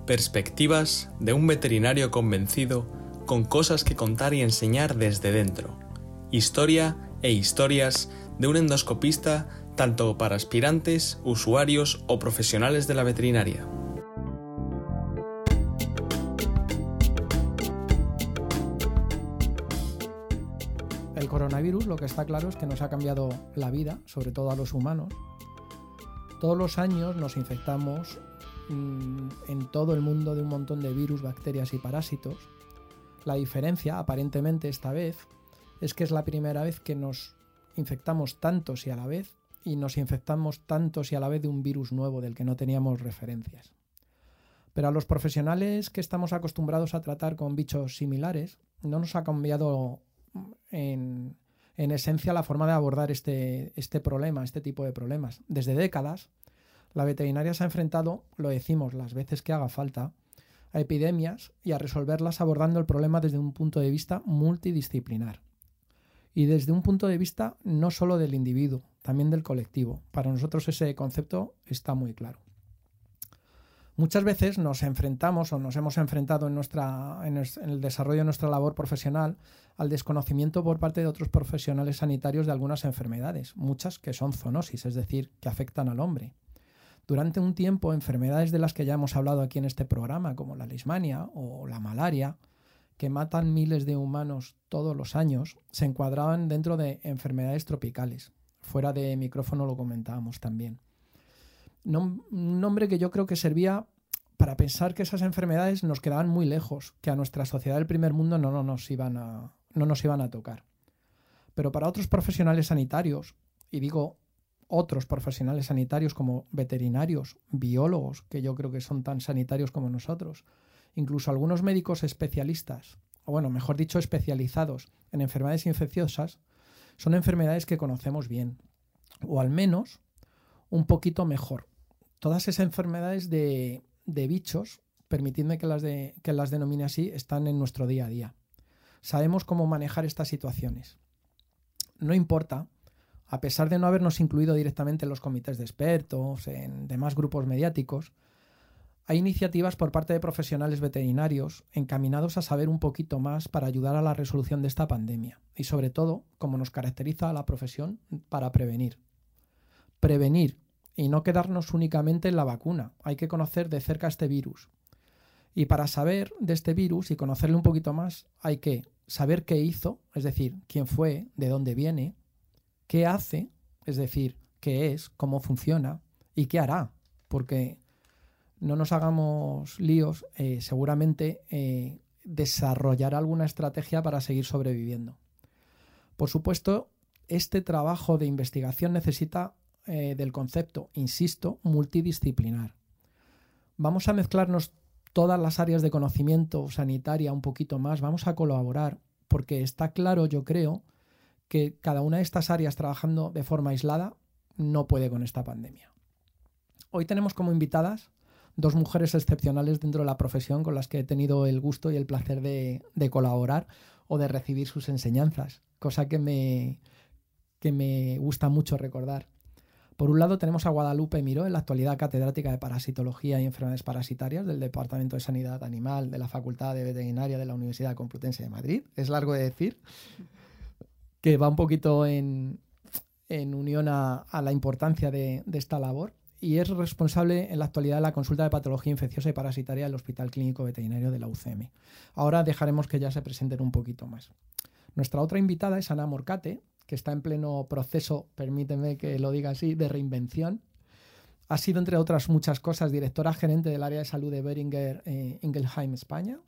Perspectivas de un veterinario convencido con cosas que contar y enseñar desde dentro. Historia e historias de un endoscopista tanto para aspirantes, usuarios o profesionales de la veterinaria. El coronavirus, lo que está claro es que nos ha cambiado la vida, sobre todo a los humanos. Todos los años nos infectamos en todo el mundo de un montón de virus, bacterias y parásitos. La diferencia, aparentemente esta vez, es que es la primera vez que nos infectamos tantos y a la vez, y nos infectamos tantos y a la vez de un virus nuevo del que no teníamos referencias. Pero a los profesionales que estamos acostumbrados a tratar con bichos similares, no nos ha cambiado en esencia la forma de abordar este problema, este tipo de problemas. Desde décadas, la veterinaria se ha enfrentado, lo decimos las veces que haga falta, a epidemias y a resolverlas abordando el problema desde un punto de vista multidisciplinar. Y desde un punto de vista no solo del individuo, también del colectivo. Para nosotros ese concepto está muy claro. Muchas veces nos enfrentamos o nos hemos enfrentado en el desarrollo de nuestra labor profesional al desconocimiento por parte de otros profesionales sanitarios de algunas enfermedades, muchas que son zoonosis, es decir, que afectan al hombre. Durante un tiempo, enfermedades de las que ya hemos hablado aquí en este programa, como la leishmania o la malaria, que matan miles de humanos todos los años, se encuadraban dentro de enfermedades tropicales. Fuera de micrófono lo comentábamos también. Un nombre que yo creo que servía para pensar que esas enfermedades nos quedaban muy lejos, que a nuestra sociedad del primer mundo no nos iban a tocar. Pero para otros profesionales sanitarios, y digo otros profesionales sanitarios como veterinarios, biólogos, que yo creo que son tan sanitarios como nosotros, incluso algunos médicos especialistas, o bueno, mejor dicho, especializados en enfermedades infecciosas, son enfermedades que conocemos bien, o al menos un poquito mejor. Todas esas enfermedades de bichos, permitidme que las denomine así, están en nuestro día a día. Sabemos cómo manejar estas situaciones. No importa, a pesar de no habernos incluido directamente en los comités de expertos, en demás grupos mediáticos, hay iniciativas por parte de profesionales veterinarios encaminados a saber un poquito más para ayudar a la resolución de esta pandemia y sobre todo, como nos caracteriza a la profesión, para prevenir. Prevenir y no quedarnos únicamente en la vacuna. Hay que conocer de cerca este virus. Y para saber de este virus y conocerle un poquito más, hay que saber qué hizo, es decir, quién fue, de dónde viene, qué hace, es decir, qué es, cómo funciona y qué hará. Porque no nos hagamos líos, seguramente desarrollará alguna estrategia para seguir sobreviviendo. Por supuesto, este trabajo de investigación necesita del concepto, insisto, multidisciplinar. Vamos a mezclarnos todas las áreas de conocimiento sanitaria un poquito más, vamos a colaborar, porque está claro, yo creo, que cada una de estas áreas trabajando de forma aislada no puede con esta pandemia. Hoy tenemos como invitadas dos mujeres excepcionales dentro de la profesión con las que he tenido el gusto y el placer de colaborar o de recibir sus enseñanzas, cosa que me gusta mucho recordar. Por un lado tenemos a Guadalupe Miró, en la actualidad catedrática de Parasitología y Enfermedades Parasitarias del Departamento de Sanidad Animal de la Facultad de Veterinaria de la Universidad Complutense de Madrid. Es largo de decir, que va un poquito en unión a la importancia de esta labor y es responsable en la actualidad de la consulta de patología infecciosa y parasitaria del Hospital Clínico Veterinario de la UCM. Ahora dejaremos que ya se presenten un poquito más. Nuestra otra invitada es Ana Morcate, que está en pleno proceso, permíteme que lo diga así, de reinvención. Ha sido, entre otras muchas cosas, directora gerente del área de salud de Boehringer Ingelheim, España.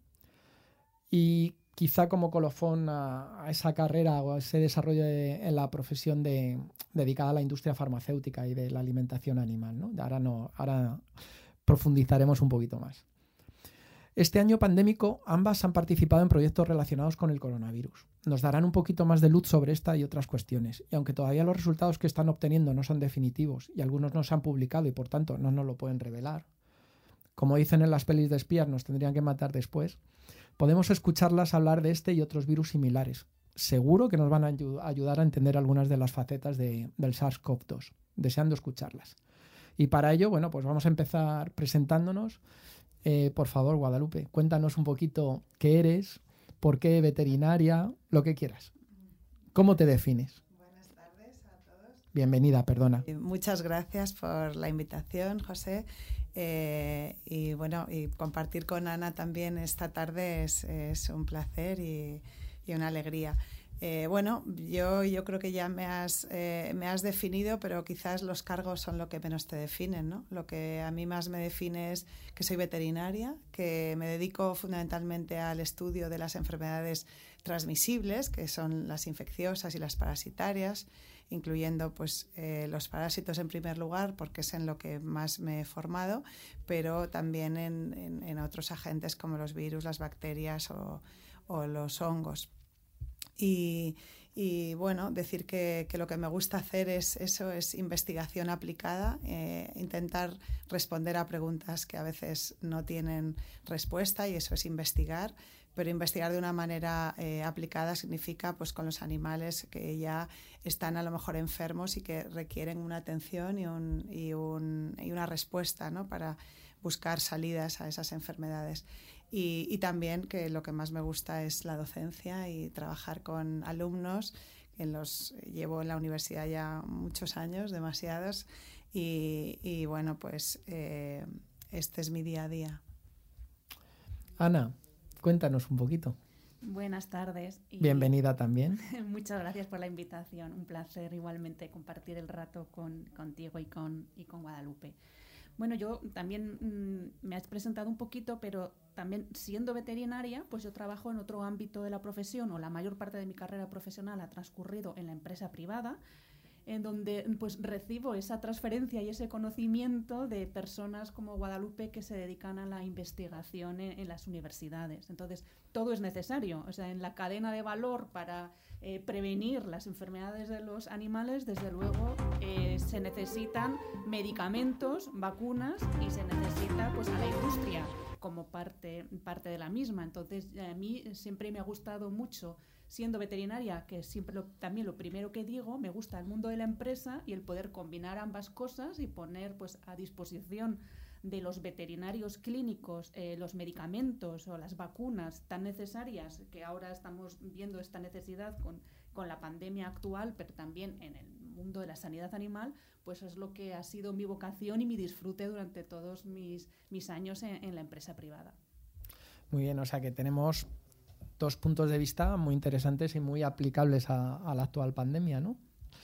Y quizá como colofón a esa carrera o a ese desarrollo en la profesión dedicada a la industria farmacéutica y de la alimentación animal, ¿no? Ahora profundizaremos un poquito más. Este año pandémico, ambas han participado en proyectos relacionados con el coronavirus. Nos darán un poquito más de luz sobre esta y otras cuestiones. Y aunque todavía los resultados que están obteniendo no son definitivos y algunos no se han publicado y por tanto no nos lo pueden revelar, como dicen en las pelis de espías, nos tendrían que matar después, podemos escucharlas hablar de este y otros virus similares. Seguro que nos van a ayudar a entender algunas de las facetas del SARS-CoV-2, deseando escucharlas. Y para ello, bueno, pues vamos a empezar presentándonos. Por favor, Guadalupe, cuéntanos un poquito qué eres, por qué veterinaria, lo que quieras. ¿Cómo te defines? Buenas tardes a todos. Bienvenida, perdona. Muchas gracias por la invitación, José. Y compartir con Ana también esta tarde es un placer y una alegría. Yo creo que ya me has definido, pero quizás los cargos son lo que menos te definen, ¿no? Lo que a mí más me define es que soy veterinaria, que me dedico fundamentalmente al estudio de las enfermedades transmisibles, que son las infecciosas y las parasitarias, incluyendo los parásitos en primer lugar, porque es en lo que más me he formado, pero también en otros agentes como los virus, las bacterias o los hongos. Y decir que lo que me gusta hacer es investigación aplicada, intentar responder a preguntas que a veces no tienen respuesta, y eso es investigar, pero investigar de una manera aplicada significa con los animales que ya están a lo mejor enfermos y que requieren una atención y una respuesta, ¿no?, para buscar salidas a esas enfermedades. Y también que lo que más me gusta es la docencia y trabajar con alumnos. Llevo en la universidad ya muchos años, demasiados, este es mi día a día. Ana, cuéntanos un poquito. Buenas tardes. Bienvenida también. Muchas gracias por la invitación. Un placer igualmente compartir el rato contigo y con Guadalupe. Bueno, yo también me has presentado un poquito, pero también siendo veterinaria, pues yo trabajo en otro ámbito de la profesión, o la mayor parte de mi carrera profesional ha transcurrido en la empresa privada, en donde pues recibo esa transferencia y ese conocimiento de personas como Guadalupe que se dedican a la investigación en las universidades. Entonces, todo es necesario. O sea, en la cadena de valor para prevenir las enfermedades de los animales, desde luego, se necesitan medicamentos, vacunas, y se necesita pues a la industria como parte de la misma. Entonces, a mí siempre me ha gustado mucho, siendo veterinaria, que siempre también lo primero que digo, me gusta el mundo de la empresa y el poder combinar ambas cosas y poner pues a disposición de los veterinarios clínicos los medicamentos o las vacunas tan necesarias, que ahora estamos viendo esta necesidad con la pandemia actual, pero también en el mundo de la sanidad animal, pues es lo que ha sido mi vocación y mi disfrute durante todos mis años en la empresa privada. Muy bien, o sea que tenemos dos puntos de vista muy interesantes y muy aplicables a la actual pandemia, ¿no?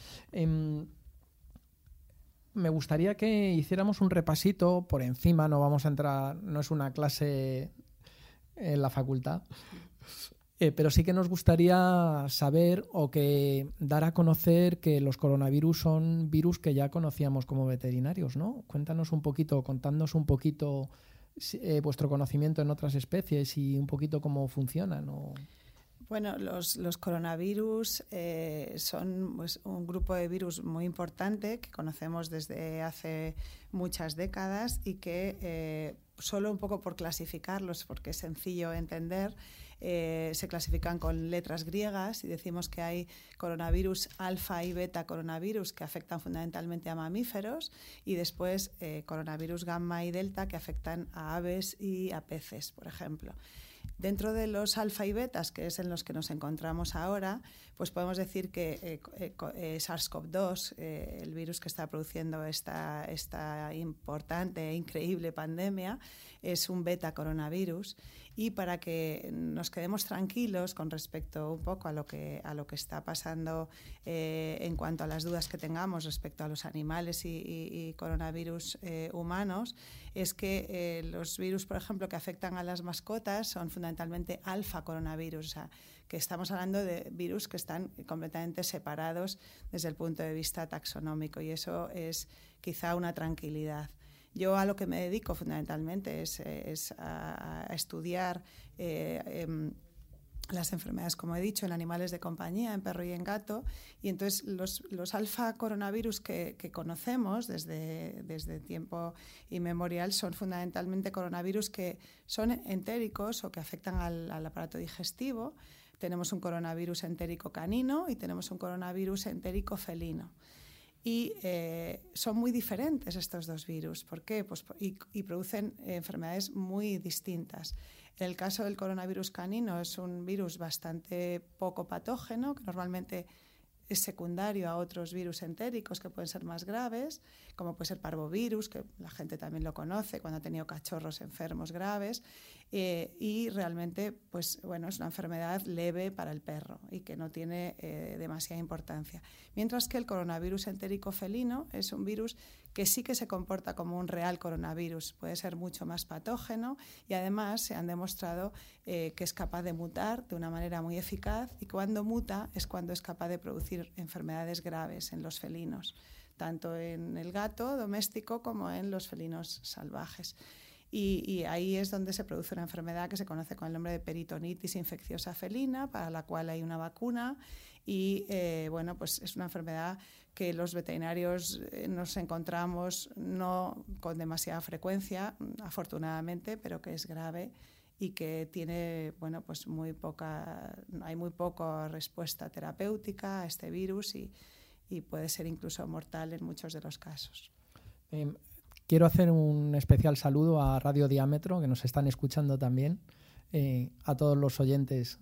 Me gustaría que hiciéramos un repasito por encima, no vamos a entrar, no es una clase en la facultad, pero sí que nos gustaría saber o que dar a conocer que los coronavirus son virus que ya conocíamos como veterinarios, ¿no? Cuéntanos un poquito, contadnos un poquito vuestro conocimiento en otras especies y un poquito cómo funcionan, ¿no? Bueno, los coronavirus son pues, un grupo de virus muy importante que conocemos desde hace muchas décadas y que solo un poco por clasificarlos, porque es sencillo entender, se clasifican con letras griegas y decimos que hay coronavirus alfa y beta coronavirus que afectan fundamentalmente a mamíferos y después coronavirus gamma y delta que afectan a aves y a peces, por ejemplo. Dentro de los alfa y betas, que es en los que nos encontramos ahora, pues podemos decir que SARS-CoV-2, el virus que está produciendo esta importante e increíble pandemia, es un beta coronavirus. Y para que nos quedemos tranquilos con respecto un poco a lo que está pasando en cuanto a las dudas que tengamos respecto a los animales y coronavirus humanos, es que los virus, por ejemplo, que afectan a las mascotas son fundamentalmente alfa coronavirus, o sea, que estamos hablando de virus que están completamente separados desde el punto de vista taxonómico, y eso es quizá una tranquilidad. Yo a lo que me dedico fundamentalmente es a estudiar las enfermedades, como he dicho, en animales de compañía, en perro y en gato, y entonces los alfa coronavirus que conocemos desde tiempo inmemorial son fundamentalmente coronavirus que son entéricos o que afectan al aparato digestivo. Tenemos un coronavirus entérico canino y tenemos un coronavirus entérico felino. y son muy diferentes estos dos virus. ¿Por qué? Pues, y producen enfermedades muy distintas. En el caso del coronavirus canino es un virus bastante poco patógeno, que normalmente es secundario a otros virus entéricos que pueden ser más graves, como puede ser parvovirus, que la gente también lo conoce cuando ha tenido cachorros enfermos graves, y realmente pues, bueno, es una enfermedad leve para el perro y que no tiene demasiada importancia. Mientras que el coronavirus entérico felino es un virus que sí que se comporta como un real coronavirus, puede ser mucho más patógeno y además se han demostrado que es capaz de mutar de una manera muy eficaz, y cuando muta es cuando es capaz de producir enfermedades graves en los felinos, tanto en el gato doméstico como en los felinos salvajes. Y ahí es donde se produce una enfermedad que se conoce con el nombre de peritonitis infecciosa felina, para la cual hay una vacuna, y bueno, pues es una enfermedad que los veterinarios nos encontramos no con demasiada frecuencia, afortunadamente, pero que es grave y que tiene, bueno, pues hay muy poca respuesta terapéutica a este virus y puede ser incluso mortal en muchos de los casos. Quiero hacer un especial saludo a Radio Diámetro, que nos están escuchando también, a todos los oyentes.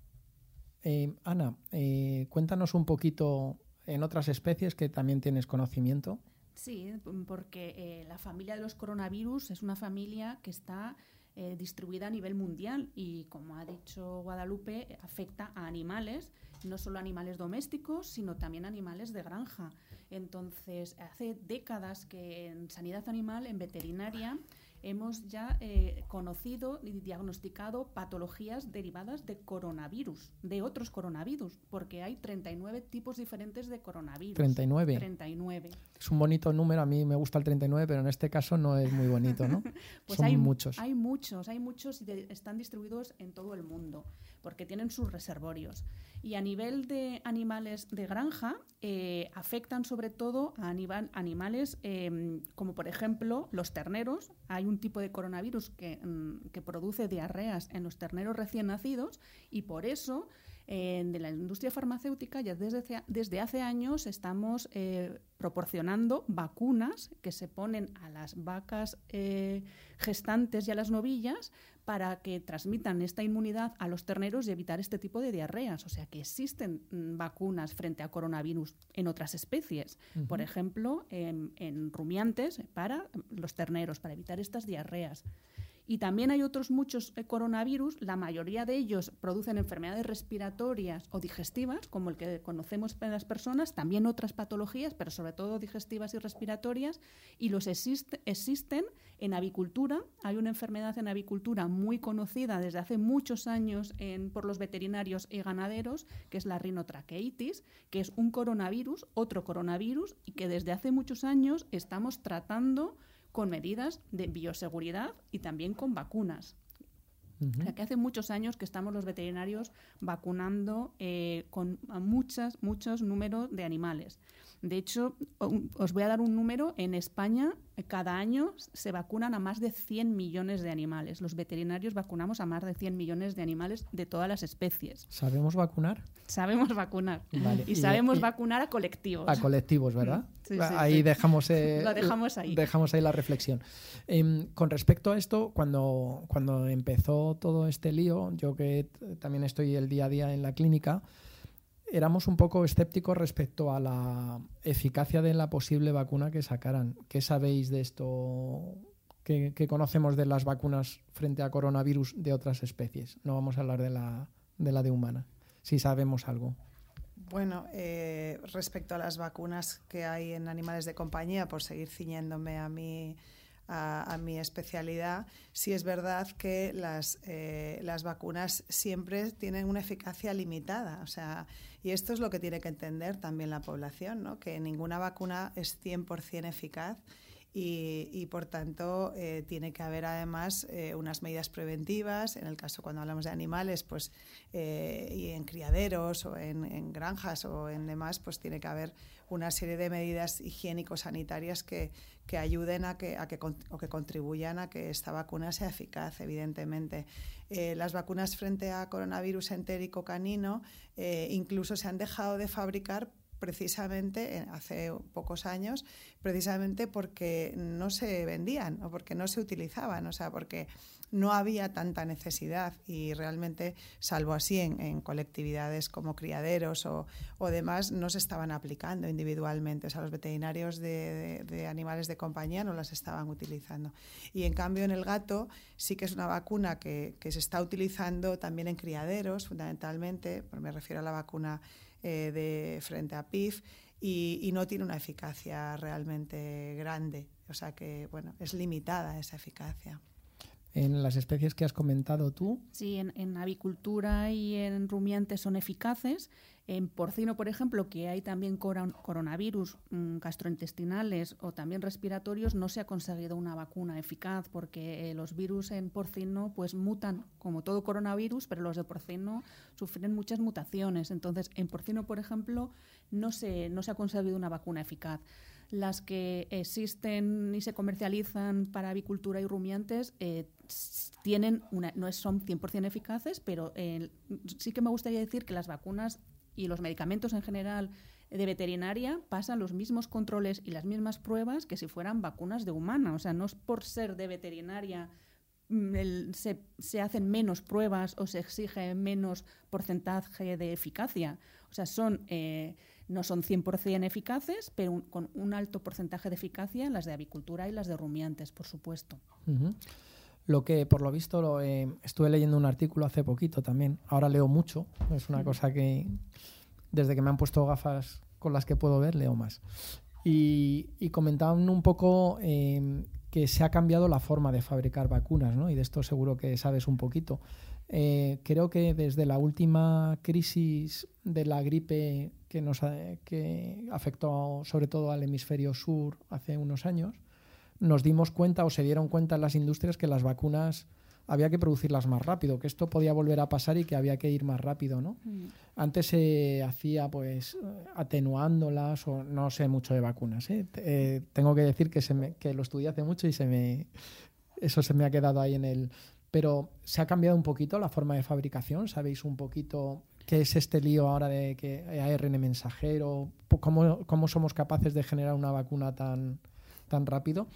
Ana, cuéntanos un poquito en otras especies que también tienes conocimiento. Sí, porque la familia de los coronavirus es una familia que está distribuida a nivel mundial y, como ha dicho Guadalupe, afecta a animales, no solo animales domésticos, sino también animales de granja. Entonces, hace décadas que en sanidad animal, en veterinaria, hemos ya conocido y diagnosticado patologías derivadas de coronavirus, de otros coronavirus, porque hay 39 tipos diferentes de coronavirus. 39. 39. Es un bonito número, a mí me gusta el 39, pero en este caso no es muy bonito, ¿no? Pues son muchos. Hay muchos y están distribuidos en todo el mundo, porque tienen sus reservorios. Y a nivel de animales de granja, afectan sobre todo a animales como, por ejemplo, los terneros. Hay un tipo de coronavirus que produce diarreas en los terneros recién nacidos, y por eso de la industria farmacéutica ya desde hace años estamos proporcionando vacunas que se ponen a las vacas gestantes y a las novillas para que transmitan esta inmunidad a los terneros y evitar este tipo de diarreas. O sea que existen vacunas frente a coronavirus en otras especies. Uh-huh. Por ejemplo, en rumiantes para los terneros, para evitar estas diarreas. Y también hay otros muchos coronavirus, la mayoría de ellos producen enfermedades respiratorias o digestivas, como el que conocemos en las personas, también otras patologías, pero sobre todo digestivas y respiratorias, y los existen en avicultura. Hay una enfermedad en avicultura muy conocida desde hace muchos años por los veterinarios y ganaderos, que es la rinotraqueitis, que es un coronavirus, otro coronavirus, y que desde hace muchos años estamos tratando con medidas de bioseguridad y también con vacunas. Uh-huh. O sea que hace muchos años que estamos los veterinarios vacunando con muchos números de animales. De hecho, os voy a dar un número. En España, cada año se vacunan a más de 100 millones de animales. Los veterinarios vacunamos a más de 100 millones de animales de todas las especies. ¿Sabemos vacunar? Sabemos vacunar. Vale. Y sabemos vacunar a colectivos. A colectivos, ¿verdad? Sí, ahí dejamos... Lo dejamos ahí. Dejamos ahí la reflexión. Con respecto a esto, cuando empezó todo este lío, yo que también estoy el día a día en la clínica, éramos un poco escépticos respecto a la eficacia de la posible vacuna que sacaran. ¿Qué sabéis de esto? ¿Qué conocemos de las vacunas frente a coronavirus de otras especies? No vamos a hablar de la de humana. Si sabemos algo. Bueno, respecto a las vacunas que hay en animales de compañía, por seguir ciñéndome a mi especialidad, sí es verdad que las vacunas siempre tienen una eficacia limitada, o sea, y esto es lo que tiene que entender también la población, ¿no? Que ninguna vacuna es 100% eficaz y por tanto tiene que haber además unas medidas preventivas. En el caso cuando hablamos de animales, pues y en criaderos o en granjas o en demás, pues tiene que haber una serie de medidas higiénico-sanitarias que ayuden o que contribuyan a que esta vacuna sea eficaz, evidentemente. Las vacunas frente a coronavirus entérico canino incluso se han dejado de fabricar precisamente hace pocos años, precisamente porque no se vendían o porque no se utilizaban, o sea, porque no había tanta necesidad y realmente, salvo así en colectividades como criaderos o demás, no se estaban aplicando individualmente, o sea, los veterinarios de animales de compañía no las estaban utilizando. Y en cambio en el gato sí que es una vacuna que se está utilizando también en criaderos, fundamentalmente, me refiero a la vacuna de frente a PIF, y no tiene una eficacia realmente grande, o sea que bueno, es limitada esa eficacia. En las especies que has comentado tú. Sí, en avicultura y en rumiantes son eficaces. En porcino, por ejemplo, que hay también coronavirus gastrointestinales o también respiratorios, no se ha conseguido una vacuna eficaz porque los virus en porcino pues mutan como todo coronavirus, pero los de porcino sufren muchas mutaciones. Entonces, en porcino, por ejemplo, no se ha conseguido una vacuna eficaz. Las que existen y se comercializan para avicultura y rumiantes no son 100% eficaces, pero sí que me gustaría decir que las vacunas y los medicamentos en general de veterinaria pasan los mismos controles y las mismas pruebas que si fueran vacunas de humana. O sea, no es por ser de veterinaria se hacen menos pruebas o se exige menos porcentaje de eficacia. O sea, no son 100% eficaces, pero con un alto porcentaje de eficacia en las de avicultura y las de rumiantes, por supuesto. Uh-huh. Lo que, por lo visto, estuve leyendo un artículo hace poquito también. Ahora leo mucho. Es una cosa que, desde que me han puesto gafas con las que puedo ver, leo más. Y comentaban un poco que se ha cambiado la forma de fabricar vacunas, ¿no? Y de esto seguro que sabes un poquito. Creo que desde la última crisis de la gripe que afectó sobre todo al hemisferio sur hace unos años, nos dimos cuenta o se dieron cuenta en las industrias que las vacunas había que producirlas más rápido, que esto podía volver a pasar y que había que ir más rápido, ¿no? Antes se hacía pues atenuándolas, o no sé mucho de vacunas, ¿eh? Tengo que decir que lo estudié hace mucho y eso se me ha quedado ahí en el... Pero se ha cambiado un poquito la forma de fabricación. ¿Sabéis un poquito qué es este lío ahora de que ARN mensajero? ¿Cómo somos capaces de generar una vacuna tan rápido?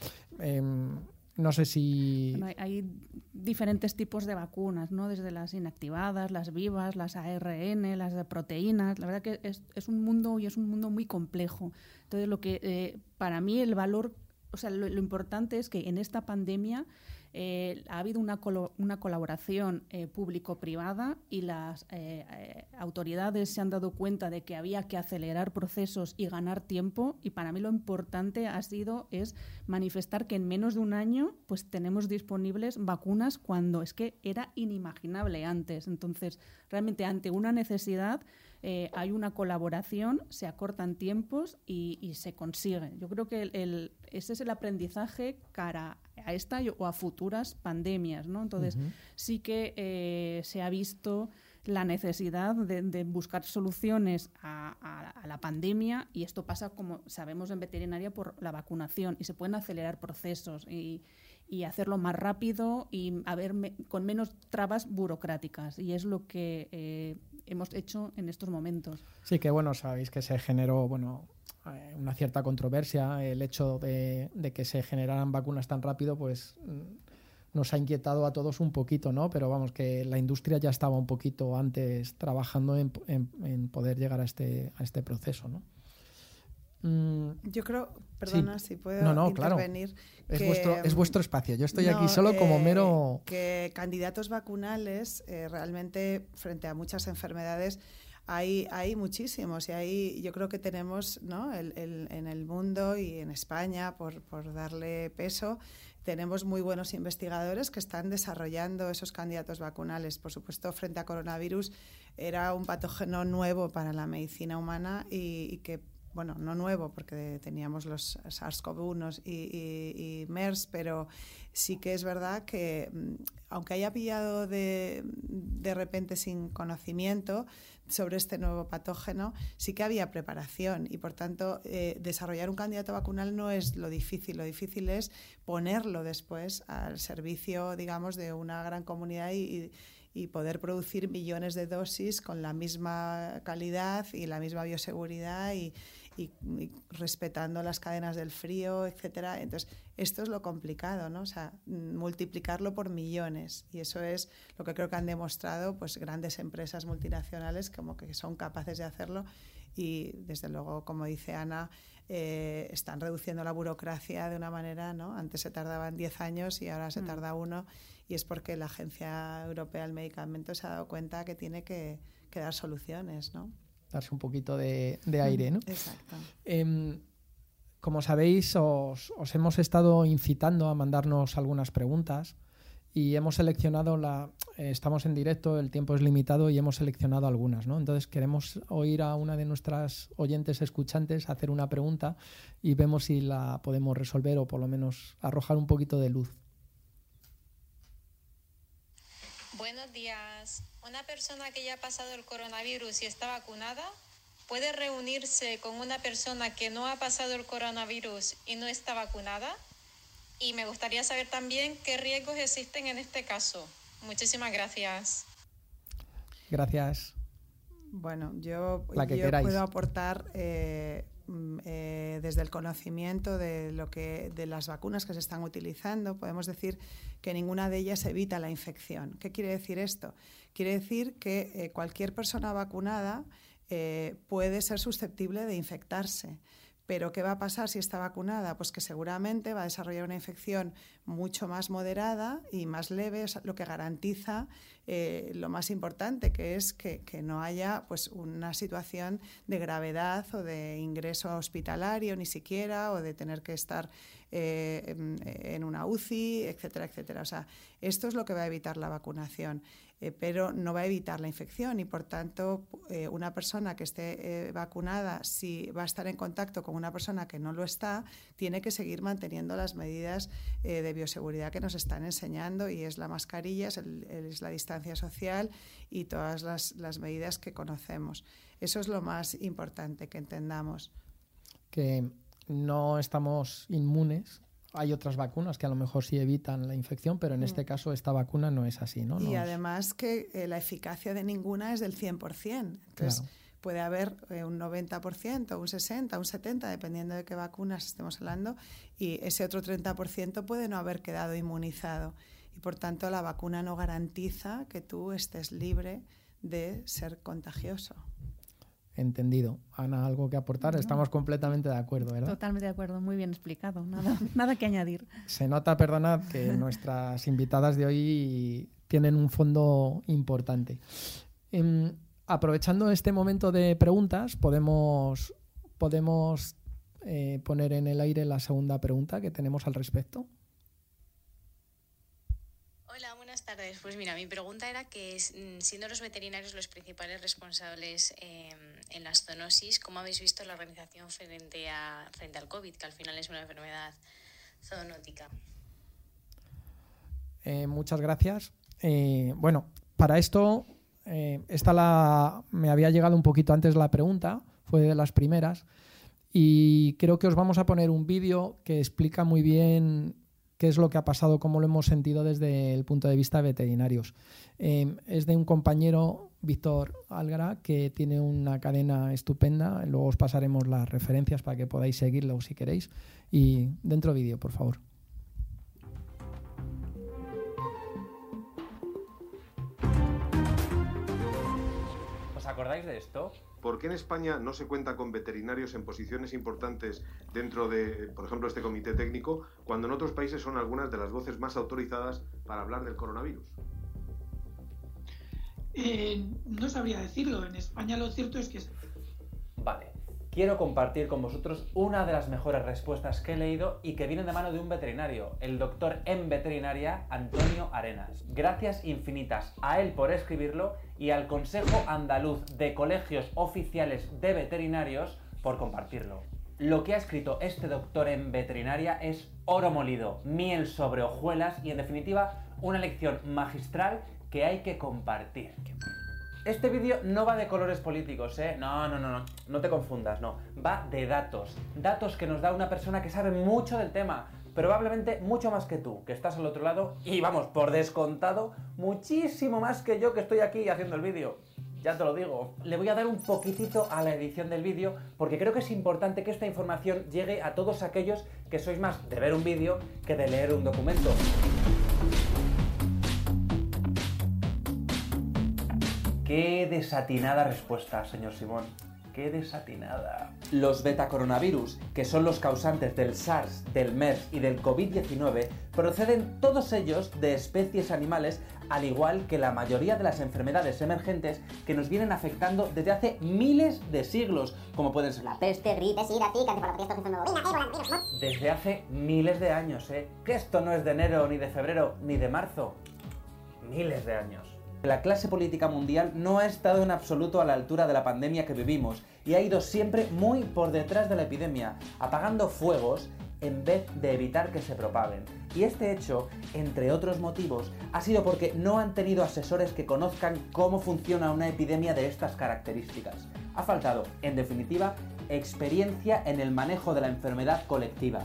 No sé si... Bueno, hay diferentes tipos de vacunas, ¿no? Desde las inactivadas, las vivas, las ARN, las de proteínas. La verdad que es un mundo, y es un mundo muy complejo. Entonces, lo que para mí el valor, o sea, lo importante es que en esta pandemia ha habido una colaboración público-privada y las autoridades se han dado cuenta de que había que acelerar procesos y ganar tiempo, y para mí lo importante es manifestar que en menos de un año pues tenemos disponibles vacunas cuando es que era inimaginable antes. Entonces, realmente ante una necesidad hay una colaboración, se acortan tiempos y se consigue. Yo creo que ese es el aprendizaje cara a esta o a futuras pandemias, ¿no? Entonces, sí que se ha visto la necesidad de buscar soluciones a la pandemia, y esto pasa, como sabemos en veterinaria, por la vacunación, y se pueden acelerar procesos y hacerlo más rápido y con menos trabas burocráticas, y es lo que hemos hecho en estos momentos. Sí, que bueno, sabéis que se generó una cierta controversia. El hecho de que se generaran vacunas tan rápido pues nos ha inquietado a todos un poquito, ¿no? Pero vamos, que la industria ya estaba un poquito antes trabajando en poder llegar a este proceso, ¿no? Yo creo, perdona, sí. Si puedo intervenir. Claro. Es vuestro espacio. Yo estoy aquí solo como mero... Que candidatos vacunales, realmente, frente a muchas enfermedades, hay muchísimos. Y ahí yo creo que tenemos, ¿no? En el mundo y en España, por darle peso, tenemos muy buenos investigadores que están desarrollando esos candidatos vacunales. Por supuesto, frente a coronavirus, era un patógeno nuevo para la medicina humana y que... Bueno, no nuevo porque teníamos los SARS-CoV-1 y MERS, pero sí que es verdad que aunque haya pillado de repente sin conocimiento sobre este nuevo patógeno, sí que había preparación y por tanto desarrollar un candidato vacunal no es lo difícil es ponerlo después al servicio, digamos, de una gran comunidad y y poder producir millones de dosis con la misma calidad y la misma bioseguridad y respetando las cadenas del frío, etcétera. Entonces, esto es lo complicado, ¿no? O sea, multiplicarlo por millones. Y eso es lo que creo que han demostrado pues grandes empresas multinacionales como que son capaces de hacerlo. Y, desde luego, como dice Ana, están reduciendo la burocracia de una manera, ¿no? Antes se tardaban 10 años y ahora se tarda 1, y es porque la Agencia Europea del Medicamento se ha dado cuenta que tiene que dar soluciones, ¿no? Darse un poquito de aire, ¿no? Exacto. Como sabéis, os hemos estado incitando a mandarnos algunas preguntas y hemos seleccionado estamos en directo, el tiempo es limitado y hemos seleccionado algunas, ¿no? Entonces queremos oír a una de nuestras oyentes escuchantes hacer una pregunta y vemos si la podemos resolver o por lo menos arrojar un poquito de luz. Buenos días. ¿Una persona que ya ha pasado el coronavirus y está vacunada puede reunirse con una persona que no ha pasado el coronavirus y no está vacunada? Y me gustaría saber también qué riesgos existen en este caso. Muchísimas gracias. Gracias. Bueno, yo puedo aportar desde el conocimiento de las vacunas que se están utilizando. Podemos decir que ninguna de ellas evita la infección. ¿Qué quiere decir esto? Quiere decir que cualquier persona vacunada puede ser susceptible de infectarse. Pero ¿qué va a pasar si está vacunada? Pues que seguramente va a desarrollar una infección mucho más moderada y más leve, lo que garantiza lo más importante, que es que no haya pues una situación de gravedad o de ingreso hospitalario ni siquiera, o de tener que estar en una UCI, etcétera, etcétera. O sea, esto es lo que va a evitar la vacunación. Pero no va a evitar la infección y, por tanto, una persona que esté vacunada, si va a estar en contacto con una persona que no lo está, tiene que seguir manteniendo las medidas de bioseguridad que nos están enseñando, y es la mascarilla, es la distancia social y todas las medidas que conocemos. Eso es lo más importante, que entendamos. Que no estamos inmunes. Hay otras vacunas que a lo mejor sí evitan la infección, pero en este caso esta vacuna no es así, ¿no? Y además que la eficacia de ninguna es del 100%. Entonces, puede haber un 90%, un 60%, un 70%, dependiendo de qué vacunas estemos hablando, y ese otro 30% puede no haber quedado inmunizado. Y, por tanto, la vacuna no garantiza que tú estés libre de ser contagioso. Entendido. Ana, ¿algo que aportar? No. Estamos completamente de acuerdo, ¿verdad? Totalmente de acuerdo, muy bien explicado, nada que añadir. Se nota, perdonad, que nuestras invitadas de hoy tienen un fondo importante. Aprovechando este momento de preguntas, podemos poner en el aire la segunda pregunta que tenemos al respecto. Hola, buenas tardes. Pues mira, mi pregunta era que, siendo los veterinarios los principales responsables en las zoonosis, ¿cómo habéis visto la organización frente al COVID, que al final es una enfermedad zoonótica? Muchas gracias. Bueno, para esto, me había llegado un poquito antes la pregunta, fue de las primeras, y creo que os vamos a poner un vídeo que explica muy bien qué es lo que ha pasado, cómo lo hemos sentido desde el punto de vista de veterinarios. Es de un compañero, Víctor Algara, que tiene una cadena estupenda. Luego os pasaremos las referencias para que podáis seguirlo si queréis. Y dentro vídeo, por favor. ¿Os acordáis de esto? ¿Por qué en España no se cuenta con veterinarios en posiciones importantes dentro de, por ejemplo, este comité técnico, cuando en otros países son algunas de las voces más autorizadas para hablar del coronavirus? No sabría decirlo. En España lo cierto es que... Vale. Quiero compartir con vosotros una de las mejores respuestas que he leído y que viene de mano de un veterinario, el doctor en veterinaria Antonio Arenas. Gracias infinitas a él por escribirlo y al Consejo Andaluz de Colegios Oficiales de Veterinarios por compartirlo. Lo que ha escrito este doctor en veterinaria es oro molido, miel sobre hojuelas y, en definitiva, una lección magistral que hay que compartir. Este vídeo no va de colores políticos, ¿eh? No te confundas, no. Va de datos. Datos que nos da una persona que sabe mucho del tema, Probablemente mucho más que tú, que estás al otro lado, y vamos, por descontado, muchísimo más que yo que estoy aquí haciendo el vídeo. Ya te lo digo. Le voy a dar un poquitito a la edición del vídeo porque creo que es importante que esta información llegue a todos aquellos que sois más de ver un vídeo que de leer un documento. Qué desatinada respuesta, señor Simón. Qué desatinada. Los betacoronavirus, que son los causantes del SARS, del MERS y del COVID-19, proceden todos ellos de especies animales, al igual que la mayoría de las enfermedades emergentes que nos vienen afectando desde hace miles de siglos, como pueden ser la peste, gripe, sida, zika, encefalopatías, bovina, desde hace miles de años, que esto no es de enero, ni de febrero, ni de marzo. Miles de años. La clase política mundial no ha estado en absoluto a la altura de la pandemia que vivimos y ha ido siempre muy por detrás de la epidemia, apagando fuegos en vez de evitar que se propaguen. Y este hecho, entre otros motivos, ha sido porque no han tenido asesores que conozcan cómo funciona una epidemia de estas características. Ha faltado, en definitiva, experiencia en el manejo de la enfermedad colectiva.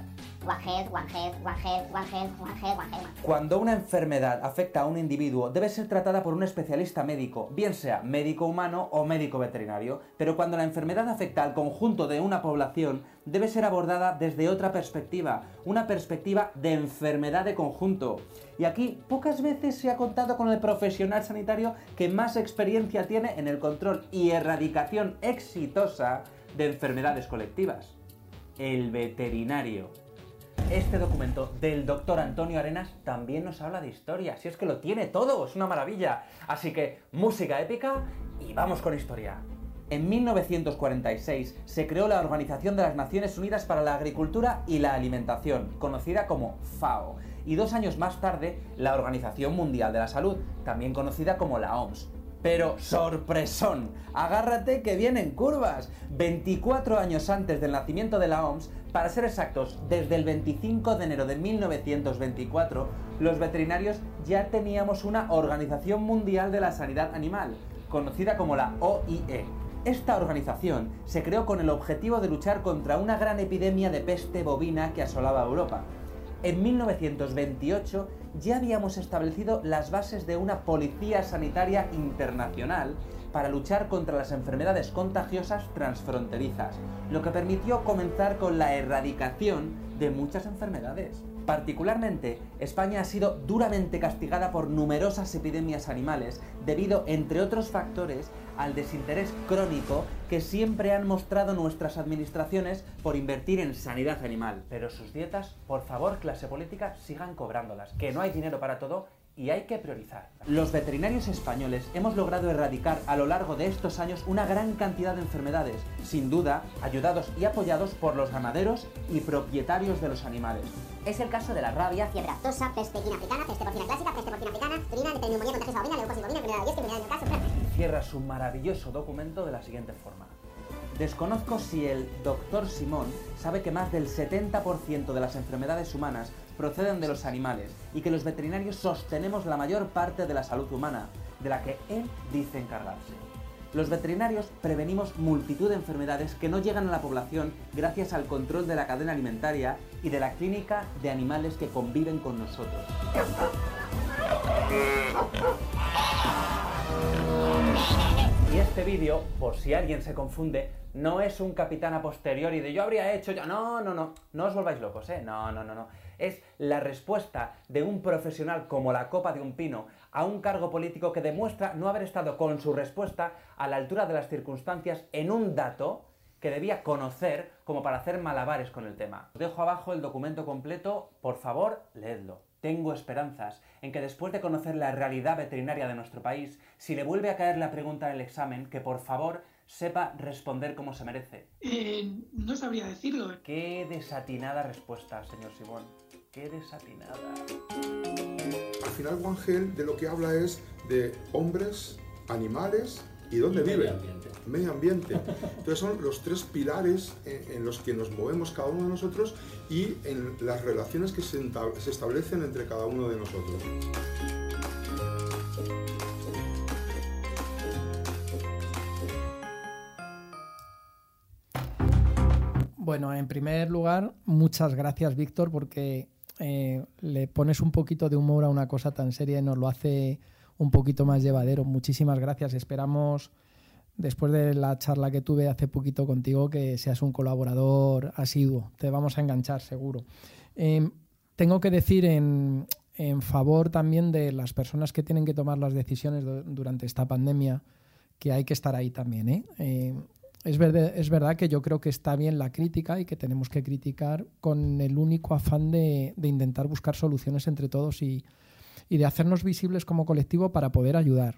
Cuando una enfermedad afecta a un individuo, debe ser tratada por un especialista médico, bien sea médico humano o médico veterinario, pero cuando la enfermedad afecta al conjunto de una población, debe ser abordada desde otra perspectiva, una perspectiva de enfermedad de conjunto. Y aquí pocas veces se ha contado con el profesional sanitario que más experiencia tiene en el control y erradicación exitosa de enfermedades colectivas: el veterinario. Este documento del doctor Antonio Arenas también nos habla de historia, si es que lo tiene todo, es una maravilla. Así que, música épica y vamos con historia. En 1946 se creó la Organización de las Naciones Unidas para la Agricultura y la Alimentación, conocida como FAO, y 2 años más tarde la Organización Mundial de la Salud, también conocida como la OMS. Pero sorpresón, agárrate que vienen curvas. 24 años antes del nacimiento de la OMS, para ser exactos, desde el 25 de enero de 1924, los veterinarios ya teníamos una Organización Mundial de la Sanidad Animal, conocida como la OIE. Esta organización se creó con el objetivo de luchar contra una gran epidemia de peste bovina que asolaba Europa. En 1928 ya habíamos establecido las bases de una policía sanitaria internacional para luchar contra las enfermedades contagiosas transfronterizas, lo que permitió comenzar con la erradicación de muchas enfermedades. Particularmente, España ha sido duramente castigada por numerosas epidemias animales debido, entre otros factores, al desinterés crónico que siempre han mostrado nuestras administraciones por invertir en sanidad animal. Pero sus dietas, por favor, clase política, sigan cobrándolas, que no hay dinero para todo y hay que priorizar. Los veterinarios españoles hemos logrado erradicar a lo largo de estos años una gran cantidad de enfermedades, sin duda ayudados y apoyados por los ganaderos y propietarios de los animales. Es el caso de la rabia, fiebre aftosa, peste equina africana, peste porcina clásica, peste porcina africana, turina, neumonía contagiosa bovina, leucosis bovina, enfermedad de Dios, enfermedad de Newcastle. Cierra su maravilloso documento de la siguiente forma. Desconozco si el doctor Simón sabe que más del 70% de las enfermedades humanas proceden de los animales y que los veterinarios sostenemos la mayor parte de la salud humana, de la que él dice encargarse. Los veterinarios prevenimos multitud de enfermedades que no llegan a la población gracias al control de la cadena alimentaria y de la clínica de animales que conviven con nosotros. Y este vídeo, por si alguien se confunde, no es un capitán a posteriori de yo habría hecho ya. No os volváis locos, no. Es la respuesta de un profesional como la copa de un pino a un cargo político que demuestra no haber estado con su respuesta a la altura de las circunstancias en un dato que debía conocer como para hacer malabares con el tema. Os dejo abajo el documento completo, por favor, leedlo. Tengo esperanzas en que después de conocer la realidad veterinaria de nuestro país, si le vuelve a caer la pregunta en el examen, que por favor sepa responder como se merece. No sabría decirlo. Qué desatinada respuesta, señor Simón. Qué desatinada. Al final, One Health de lo que habla es de hombres, animales y dónde viven. Medio ambiente. Entonces son los 3 pilares en los que nos movemos cada uno de nosotros y en las relaciones que se establecen entre cada uno de nosotros. Bueno, en primer lugar, muchas gracias, Víctor, porque le pones un poquito de humor a una cosa tan seria y nos lo hace un poquito más llevadero. Muchísimas gracias. Esperamos, después de la charla que tuve hace poquito contigo, que seas un colaborador asiduo. Te vamos a enganchar, seguro. Tengo que decir en favor también de las personas que tienen que tomar las decisiones durante esta pandemia, que hay que estar ahí también, ¿eh? Es verdad que yo creo que está bien la crítica y que tenemos que criticar con el único afán de intentar buscar soluciones entre todos y de hacernos visibles como colectivo para poder ayudar.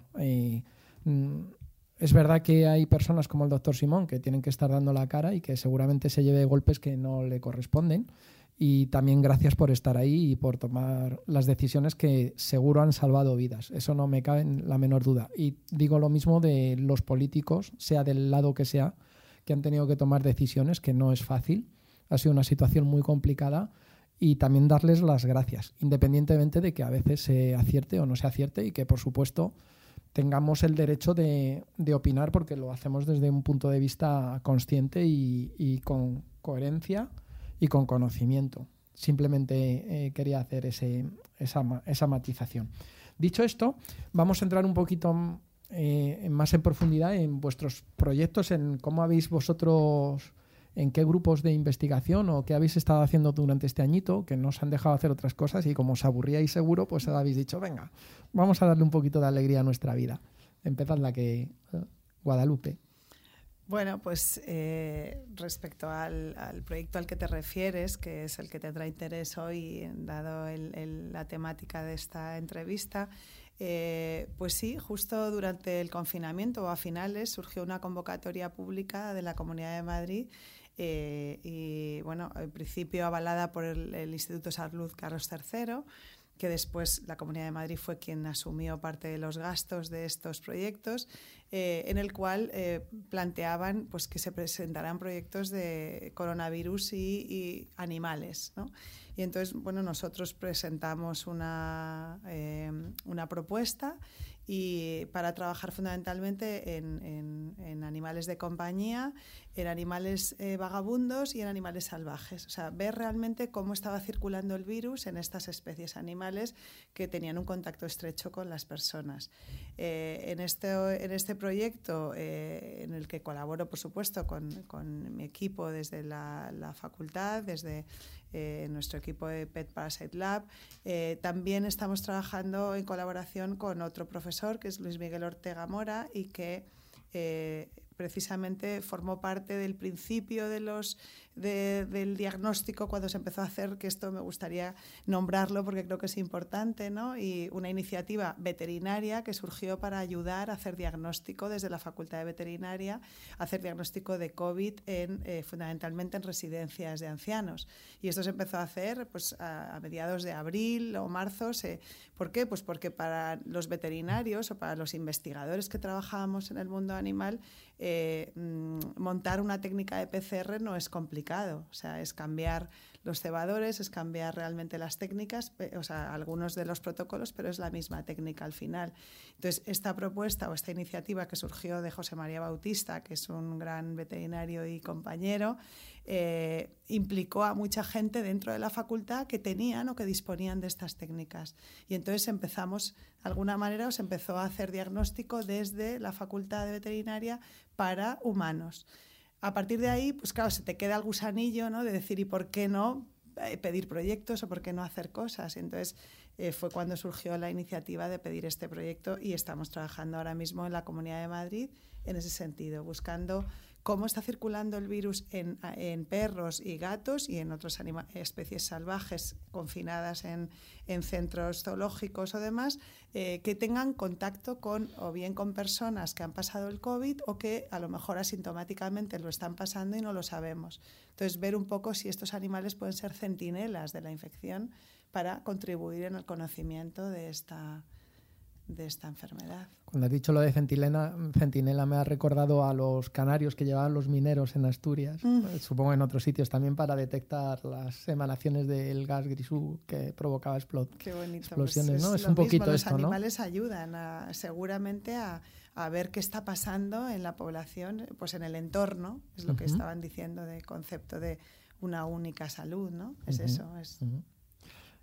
Es verdad que hay personas como el doctor Simón que tienen que estar dando la cara y que seguramente se lleve golpes que no le corresponden. Y también gracias por estar ahí y por tomar las decisiones que seguro han salvado vidas. Eso no me cabe en la menor duda. Y digo lo mismo de los políticos, sea del lado que sea, que han tenido que tomar decisiones, que no es fácil. Ha sido una situación muy complicada. Y también darles las gracias, independientemente de que a veces se acierte o no se acierte y que, por supuesto, tengamos el derecho de opinar porque lo hacemos desde un punto de vista consciente y con coherencia y con conocimiento. Simplemente quería hacer esa matización. Dicho esto, vamos a entrar un poquito más en profundidad en vuestros proyectos, en cómo habéis vosotros, en qué grupos de investigación o qué habéis estado haciendo durante este añito, que no os han dejado hacer otras cosas y como os aburríais seguro, pues habéis dicho, venga, vamos a darle un poquito de alegría a nuestra vida. Empezad Guadalupe. Bueno, pues respecto al proyecto al que te refieres, que es el que tendrá interés hoy, dado la temática de esta entrevista, pues sí, justo durante el confinamiento o a finales surgió una convocatoria pública de la Comunidad de Madrid y, bueno, en principio avalada por el Instituto Salud Carlos III, que después la Comunidad de Madrid fue quien asumió parte de los gastos de estos proyectos, en el cual planteaban pues, que se presentaran proyectos de coronavirus y animales, ¿no? Y entonces, bueno, nosotros presentamos una propuesta y para trabajar fundamentalmente en animales de compañía, en animales vagabundos y en animales salvajes. O sea, ver realmente cómo estaba circulando el virus en estas especies animales que tenían un contacto estrecho con las personas. En este proyecto, en el que colaboro, por supuesto, con mi equipo desde la facultad, desde nuestro equipo de Pet Parasite Lab, también estamos trabajando en colaboración con otro profesor, que es Luis Miguel Ortega Mora, y que precisamente formó parte del principio del diagnóstico cuando se empezó a hacer, que esto me gustaría nombrarlo porque creo que es importante, ¿no? Y una iniciativa veterinaria que surgió para ayudar a hacer diagnóstico desde la Facultad de Veterinaria, hacer diagnóstico de COVID fundamentalmente en residencias de ancianos. Y esto se empezó a hacer pues, a mediados de abril o marzo. ¿Por qué? Pues porque para los veterinarios o para los investigadores que trabajábamos en el mundo animal, montar una técnica de PCR no es complicado, o sea, es cambiar los cebadores, es cambiar realmente las técnicas, o sea, algunos de los protocolos, pero es la misma técnica al final. Entonces, esta propuesta o esta iniciativa que surgió de José María Bautista, que es un gran veterinario y compañero, implicó a mucha gente dentro de la facultad que tenían o que disponían de estas técnicas. Y entonces empezamos, de alguna manera, se empezó a hacer diagnóstico desde la Facultad de Veterinaria para humanos. A partir de ahí, pues claro, se te queda el gusanillo, ¿no? De decir, ¿y por qué no pedir proyectos o por qué no hacer cosas? Y entonces fue cuando surgió la iniciativa de pedir este proyecto y estamos trabajando ahora mismo en la Comunidad de Madrid en ese sentido, buscando cómo está circulando el virus en perros y gatos y en otras especies salvajes confinadas en centros zoológicos o demás, que tengan contacto o bien con personas que han pasado el COVID o que a lo mejor asintomáticamente lo están pasando y no lo sabemos. Entonces, ver un poco si estos animales pueden ser centinelas de la infección para contribuir en el conocimiento de esta enfermedad. Cuando has dicho lo de centinela me ha recordado a los canarios que llevaban los mineros en Asturias, supongo en otros sitios también, para detectar las emanaciones del gas grisú que provocaba explosiones, pues ¿no? Es un poquito los esto, ¿no? Los animales ayudan seguramente a ver qué está pasando en la población, pues en el entorno, es lo que estaban diciendo de concepto de una única salud, ¿no? Es eso, es...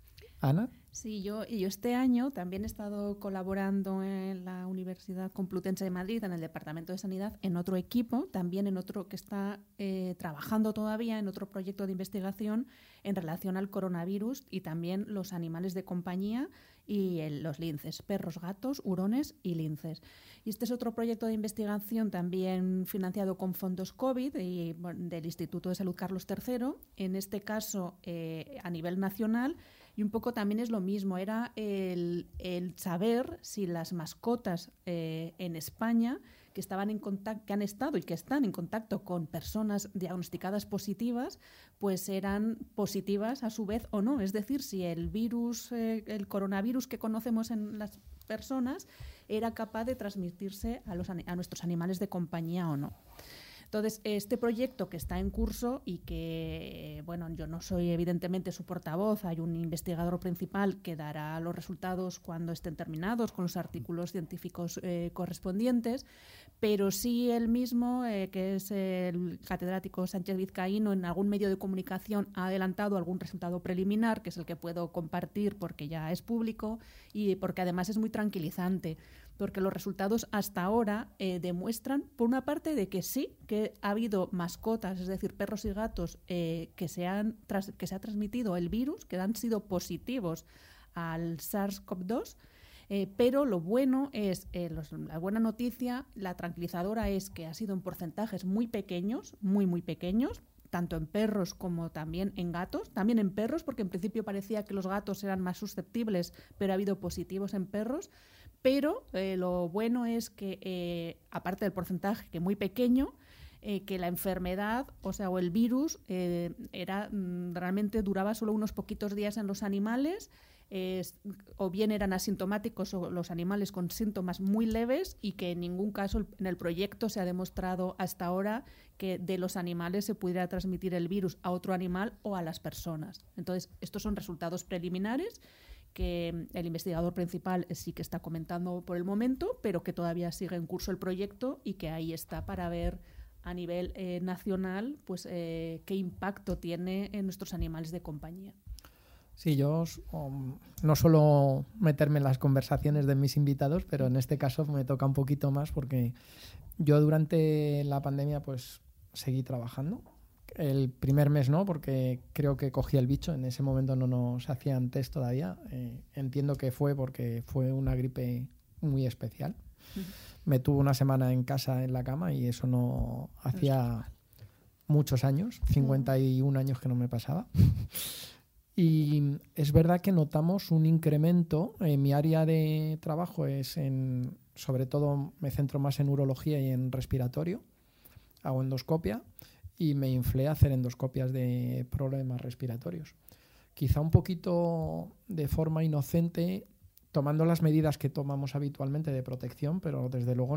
Ana. Sí, yo este año también he estado colaborando en la Universidad Complutense de Madrid, en el Departamento de Sanidad, en otro equipo, también en otro que está trabajando todavía en otro proyecto de investigación en relación al coronavirus y también los animales de compañía y los linces, perros, gatos, hurones y linces. Y este es otro proyecto de investigación también financiado con fondos COVID y del Instituto de Salud Carlos III, en este caso a nivel nacional. Y un poco también es lo mismo, era el saber si las mascotas en España que estaban en contacto, que han estado y que están en contacto con personas diagnosticadas positivas, pues eran positivas a su vez o no. Es decir, si el virus, el coronavirus que conocemos en las personas era capaz de transmitirse a nuestros animales de compañía o no. Entonces, este proyecto que está en curso y que, bueno, yo no soy evidentemente su portavoz, hay un investigador principal que dará los resultados cuando estén terminados con los artículos científicos correspondientes, pero sí él mismo, que es el catedrático Sánchez Vizcaíno, en algún medio de comunicación ha adelantado algún resultado preliminar, que es el que puedo compartir porque ya es público y porque además es muy tranquilizante, porque los resultados hasta ahora demuestran, por una parte, de que sí, que ha habido mascotas, es decir, perros y gatos, que se ha transmitido el virus, que han sido positivos al SARS-CoV-2, pero lo bueno es, la buena noticia, la tranquilizadora es que ha sido en porcentajes muy pequeños, muy pequeños, tanto en perros como también en gatos, también en perros, porque en principio parecía que los gatos eran más susceptibles, pero ha habido positivos en perros. Pero lo bueno es que, aparte del porcentaje, que muy pequeño, que la enfermedad, o el virus, realmente duraba solo unos poquitos días en los animales, o bien eran asintomáticos o los animales con síntomas muy leves, y que en ningún caso en el proyecto se ha demostrado hasta ahora que de los animales se pudiera transmitir el virus a otro animal o a las personas. Entonces, estos son resultados preliminares que el investigador principal sí que está comentando por el momento, pero que todavía sigue en curso el proyecto y que ahí está para ver a nivel nacional pues qué impacto tiene en nuestros animales de compañía. Sí, yo no suelo meterme en las conversaciones de mis invitados, pero en este caso me toca un poquito más porque yo durante la pandemia pues seguí trabajando. El primer mes no, porque creo que cogí el bicho. En ese momento no nos hacían test todavía. Entiendo que fue porque fue una gripe muy especial. Me tuve una semana en casa en la cama y eso no hacía muchos años, 51 años que no me pasaba. Y es verdad que notamos un incremento. En mi área de trabajo sobre todo me centro más en urología y en respiratorio. Hago endoscopia. Y me inflé a hacer endoscopias de problemas respiratorios. Quizá un poquito de forma inocente, tomando las medidas que tomamos habitualmente de protección, pero desde luego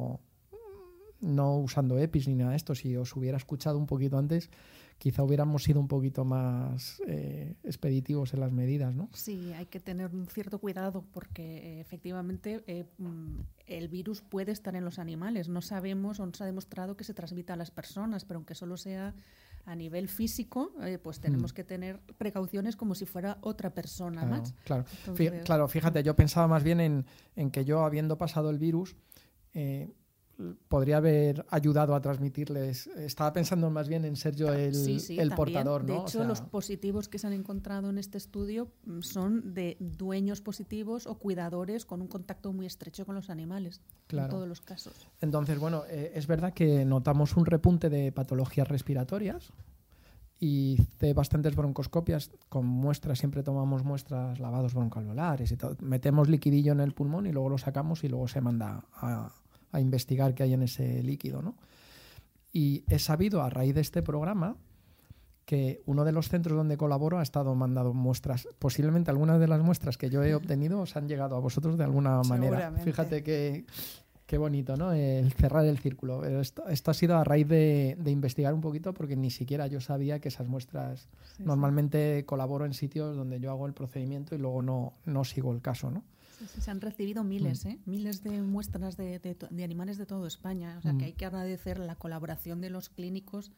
no usando EPIs ni nada de esto. Si os hubiera escuchado un poquito antes, quizá hubiéramos sido un poquito más expeditivos en las medidas, ¿no? Sí, hay que tener un cierto cuidado porque efectivamente el virus puede estar en los animales. No sabemos o no se ha demostrado que se transmita a las personas, pero aunque solo sea a nivel físico, pues tenemos que tener precauciones como si fuera otra persona más. Claro. Entonces, Claro, fíjate, yo pensaba más bien en que yo, habiendo pasado el virus, podría haber ayudado a transmitirles. Estaba pensando más bien en ser yo el portador, ¿no? De hecho, los positivos que se han encontrado en este estudio son de dueños positivos o cuidadores con un contacto muy estrecho con los animales, en todos los casos. Entonces, bueno, es verdad que notamos un repunte de patologías respiratorias. Hice bastantes broncoscopias con muestras, siempre tomamos muestras, lavados broncoalveolares y todo. Metemos liquidillo en el pulmón y luego lo sacamos y luego se manda a investigar qué hay en ese líquido, ¿no? Y he sabido a raíz de este programa que uno de los centros donde colaboro ha estado mandando muestras. Posiblemente algunas de las muestras que yo he obtenido os han llegado a vosotros de alguna manera. Fíjate qué bonito, ¿no? El cerrar el círculo. Pero esto ha sido a raíz de investigar un poquito, porque ni siquiera yo sabía que esas muestras... Normalmente colaboro en sitios donde yo hago el procedimiento y luego no sigo el caso, ¿no? Sí, se han recibido miles de muestras de animales de toda España. O sea, que hay que agradecer la colaboración de los clínicos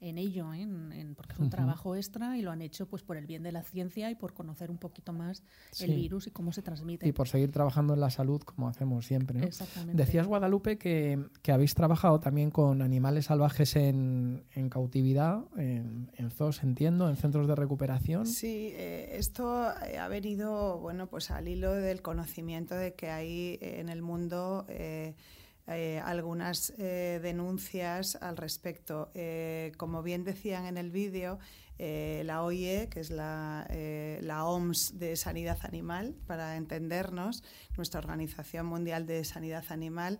ello, porque es un trabajo extra y lo han hecho pues por el bien de la ciencia y por conocer un poquito más el virus y cómo se transmite. Y por seguir trabajando en la salud como hacemos siempre, ¿no? Exactamente. Decías, Guadalupe, que habéis trabajado también con animales salvajes en cautividad, en zoos, entiendo, en centros de recuperación. Sí, esto ha venido, bueno, pues al hilo del conocimiento de que hay en el mundo algunas denuncias al respecto. Como bien decían en el vídeo, la OIE, que es la OMS de Sanidad Animal, para entendernos, nuestra Organización Mundial de Sanidad Animal,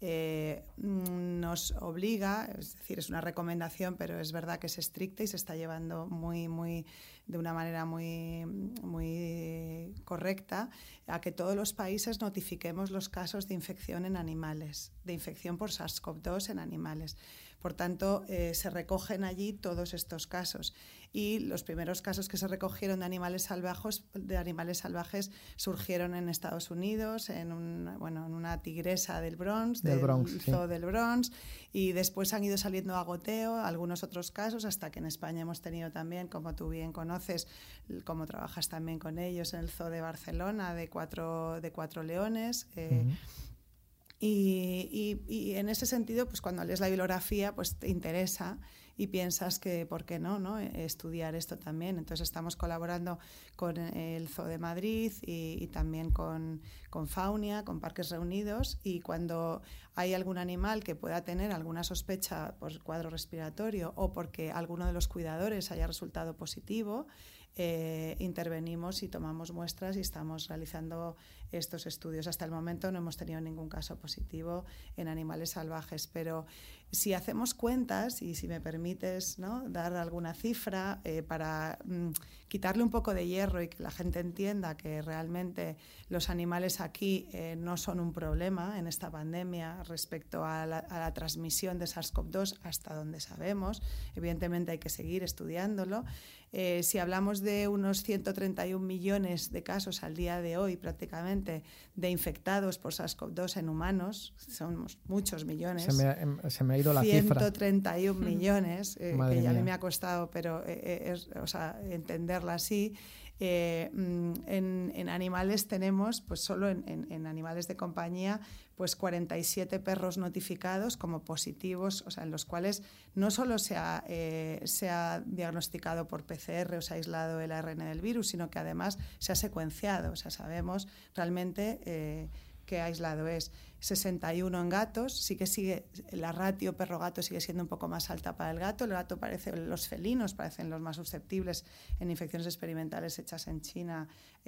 nos obliga, es decir, es una recomendación, pero es verdad que es estricta y se está llevando de una manera muy correcta, a que todos los países notifiquemos los casos de infección en animales, de infección por SARS-CoV-2 en animales. Por tanto, se recogen allí todos estos casos. Y los primeros casos que se recogieron de animales salvajes surgieron en Estados Unidos, en una tigresa del Bronx, zoo del Bronx, y después han ido saliendo a goteo algunos otros casos, hasta que en España hemos tenido también, como tú bien conoces, como trabajas también con ellos, en el zoo de Barcelona, de cuatro leones. Y en ese sentido, pues cuando lees la bibliografía, pues te interesa y piensas que, ¿por qué no estudiar esto también? Entonces estamos colaborando con el Zoo de Madrid y también con Faunia, con Parques Reunidos, y cuando hay algún animal que pueda tener alguna sospecha por cuadro respiratorio o porque alguno de los cuidadores haya resultado positivo, intervenimos y tomamos muestras y estamos realizando estos estudios. Hasta el momento no hemos tenido ningún caso positivo en animales salvajes, pero si hacemos cuentas, y si me permites, ¿no?, dar alguna cifra para quitarle un poco de hierro y que la gente entienda que realmente los animales aquí no son un problema en esta pandemia respecto a la transmisión de SARS-CoV-2 hasta donde sabemos. Evidentemente hay que seguir estudiándolo. Si hablamos de unos 131 millones de casos al día de hoy prácticamente de infectados por SARS-CoV-2 en humanos, son muchos millones. Se me ha ido la cifra. 131 millones, que ya mía. me ha costado, pero entenderla así. En animales tenemos, pues solo en animales de compañía, pues 47 perros notificados como positivos, o sea, en los cuales no solo se ha diagnosticado por PCR o se ha aislado el ARN del virus, sino que además se ha secuenciado, o sea, sabemos realmente qué aislado es. 61 en gatos, sí que sigue la ratio perro-gato sigue siendo un poco más alta para el gato. Los felinos parecen los más susceptibles en infecciones experimentales hechas en China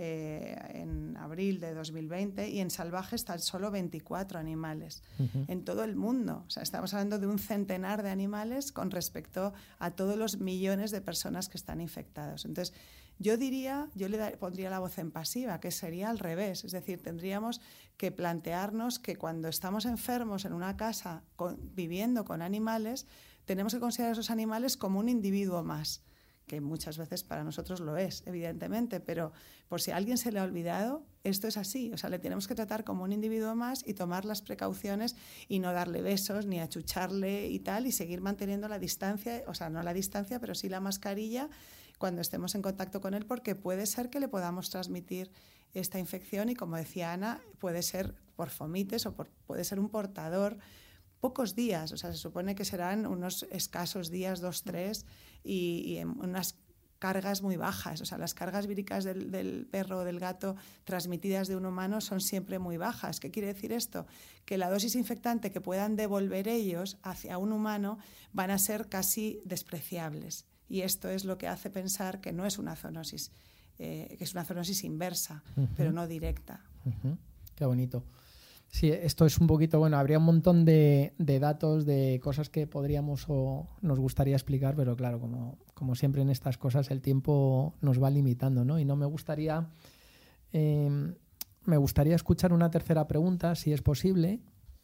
en abril de 2020, y en salvajes tan solo 24 animales en todo el mundo. O sea, estamos hablando de un centenar de animales con respecto a todos los millones de personas que están infectados. Entonces, yo pondría la voz en pasiva, que sería al revés. Es decir, tendríamos que plantearnos que cuando estamos enfermos en una casa viviendo con animales, tenemos que considerar a esos animales como un individuo más, que muchas veces para nosotros lo es, evidentemente, pero por si a alguien se le ha olvidado, esto es así. O sea, le tenemos que tratar como un individuo más y tomar las precauciones y no darle besos ni achucharle y tal, y seguir manteniendo la distancia, o sea, no la distancia, pero sí la mascarilla cuando estemos en contacto con él, porque puede ser que le podamos transmitir esta infección y, como decía Ana, puede ser por fomites o puede ser un portador pocos días, o sea, se supone que serán unos escasos días, 2, 3, y en unas cargas muy bajas. O sea, las cargas víricas del perro o del gato transmitidas de un humano son siempre muy bajas. ¿Qué quiere decir esto? Que la dosis infectante que puedan devolver ellos hacia un humano van a ser casi despreciables. Y esto es lo que hace pensar que no es una zoonosis, que es una zoonosis inversa, pero no directa. Qué bonito. Sí, esto es un poquito, bueno, habría un montón de datos, de cosas que podríamos o nos gustaría explicar, pero claro, como siempre en estas cosas el tiempo nos va limitando, ¿no? Y no me gustaría escuchar una tercera pregunta, si es posible.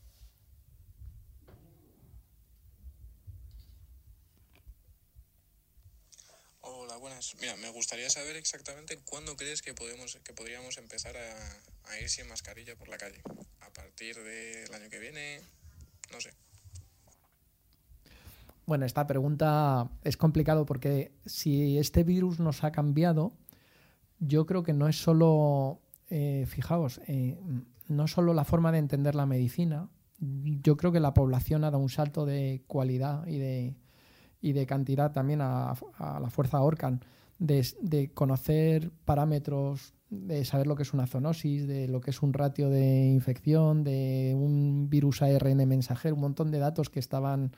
Mira, me gustaría saber exactamente cuándo crees que podríamos empezar a ir sin mascarilla por la calle. ¿A partir del año que viene? No sé. Bueno, esta pregunta es complicado porque si este virus nos ha cambiado, yo creo que no es solo, fijaos, no solo la forma de entender la medicina. Yo creo que la población ha dado un salto de cualidad y de cantidad también a la fuerza ORCAN, de conocer parámetros, de saber lo que es una zoonosis, de lo que es un ratio de infección, de un virus ARN mensajero, un montón de datos que estaban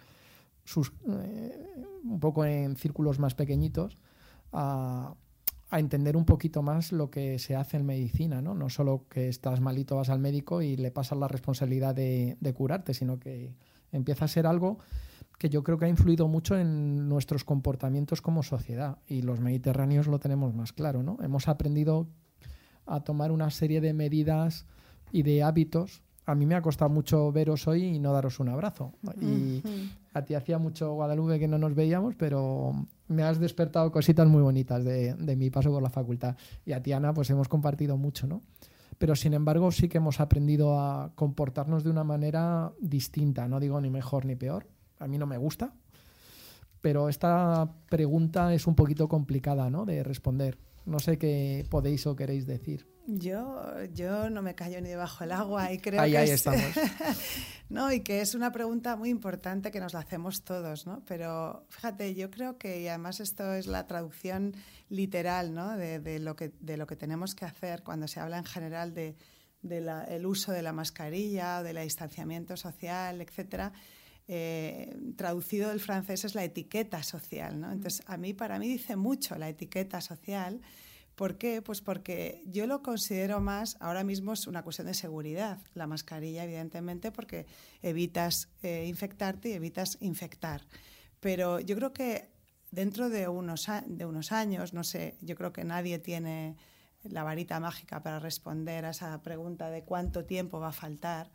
un poco en círculos más pequeñitos, a entender un poquito más lo que se hace en medicina, ¿no? No solo que estás malito, vas al médico y le pasas la responsabilidad de curarte, sino que empieza a ser algo que yo creo que ha influido mucho en nuestros comportamientos como sociedad, y los mediterráneos lo tenemos más claro, ¿no? Hemos aprendido a tomar una serie de medidas y de hábitos. A mí me ha costado mucho veros hoy y no daros un abrazo. Y a ti hacía mucho, Guadalupe, que no nos veíamos, pero me has despertado cositas muy bonitas de mi paso por la facultad. Y a ti, Ana, pues hemos compartido mucho, ¿no? Pero, sin embargo, sí que hemos aprendido a comportarnos de una manera distinta. No digo ni mejor ni peor. A mí no me gusta. Pero esta pregunta es un poquito complicada, ¿no?, de responder. No sé qué podéis o queréis decir. Yo no me callo ni debajo del agua y creo ahí que estamos. No, y que es una pregunta muy importante que nos la hacemos todos, ¿no? Pero fíjate, yo creo que, y además esto es la traducción literal, ¿no?, de lo que tenemos que hacer cuando se habla en general el uso de la mascarilla, del distanciamiento social, etcétera. Traducido del francés es la etiqueta social, ¿no? Entonces, para mí dice mucho la etiqueta social. ¿Por qué? Pues porque yo lo considero más, ahora mismo es una cuestión de seguridad, la mascarilla, evidentemente, porque evitas infectarte y evitas infectar. Pero yo creo que dentro de unos años, no sé, yo creo que nadie tiene la varita mágica para responder a esa pregunta de cuánto tiempo va a faltar.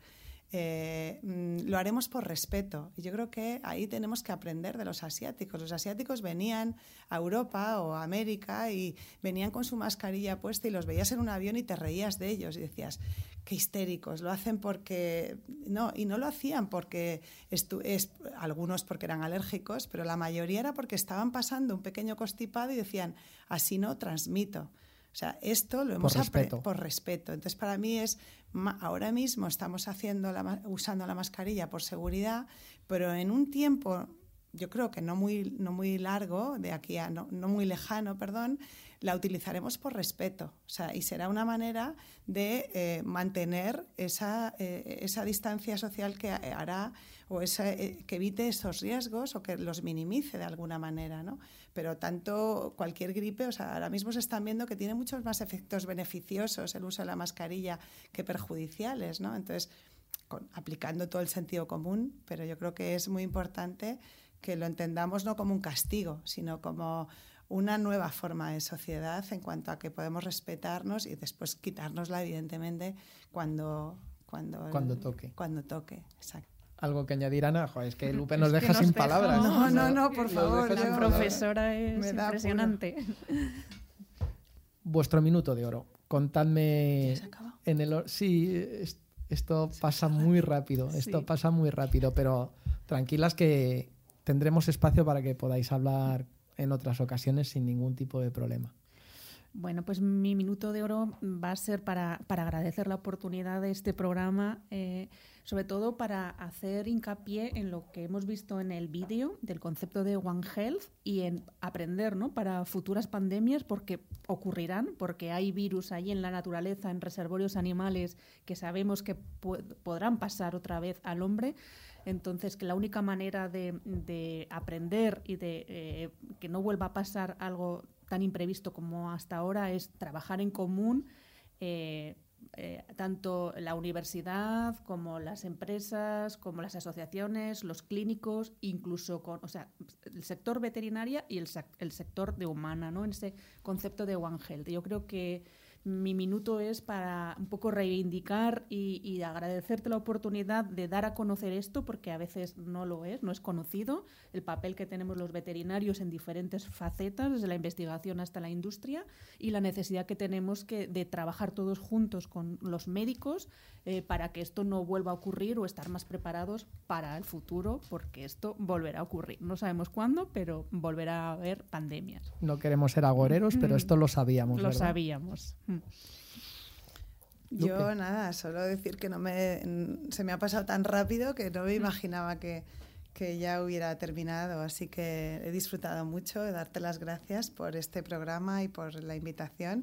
Lo haremos por respeto, y yo creo que ahí tenemos que aprender de los asiáticos. Los asiáticos venían a Europa o a América y venían con su mascarilla puesta y los veías en un avión y te reías de ellos y decías, qué histéricos, lo hacen porque... No, y no lo hacían porque algunos porque eran alérgicos, pero la mayoría era porque estaban pasando un pequeño constipado y decían, así no transmito. O sea, esto lo hemos aprendido por respeto. Entonces, para mí ahora mismo estamos usando la mascarilla por seguridad, pero en un tiempo, yo creo que no muy largo, de aquí a no muy lejano, perdón, la utilizaremos por respeto. O sea, y será una manera de mantener esa distancia social que hará o que evite esos riesgos o que los minimice de alguna manera, ¿no? Pero tanto cualquier gripe, o sea, ahora mismo se están viendo que tiene muchos más efectos beneficiosos el uso de la mascarilla que perjudiciales, ¿no? Entonces, aplicando todo el sentido común, pero yo creo que es muy importante que lo entendamos no como un castigo, sino como una nueva forma de sociedad en cuanto a que podemos respetarnos y después quitárnosla, evidentemente, cuando toque. Cuando toque, exacto. ¿Algo que añadir, Ana? Joder, es que Lupe nos deja sin palabras. No, por favor. La profesora es impresionante. Vuestro minuto de oro. Contadme... ¿Ya se acaba? Sí, esto pasa muy rápido. Esto pasa muy rápido, pero tranquilas que tendremos espacio para que podáis hablar en otras ocasiones sin ningún tipo de problema. Bueno, pues mi minuto de oro va a ser para agradecer la oportunidad de este programa, sobre todo para hacer hincapié en lo que hemos visto en el vídeo del concepto de One Health y en aprender, ¿no?, para futuras pandemias, porque ocurrirán, porque hay virus ahí en la naturaleza, en reservorios animales que sabemos que podrán pasar otra vez al hombre. Entonces, que la única manera de aprender y de que no vuelva a pasar algo tan imprevisto como hasta ahora es trabajar en común, tanto la universidad como las empresas, como las asociaciones, los clínicos, incluso el sector veterinaria y el sector de humana, ¿no?, en ese concepto de One Health. Yo creo que mi minuto es para un poco reivindicar y agradecerte la oportunidad de dar a conocer esto, porque a veces no lo es, no es conocido, el papel que tenemos los veterinarios en diferentes facetas, desde la investigación hasta la industria, y la necesidad que tenemos de trabajar todos juntos con los médicos para que esto no vuelva a ocurrir o estar más preparados para el futuro, porque esto volverá a ocurrir. No sabemos cuándo, pero volverá a haber pandemias. No queremos ser agoreros, pero esto lo sabíamos, Lo ¿verdad? sabíamos. Yo nada, solo decir que se me ha pasado tan rápido que no me imaginaba que ya hubiera terminado, así que he disfrutado mucho de darte las gracias por este programa y por la invitación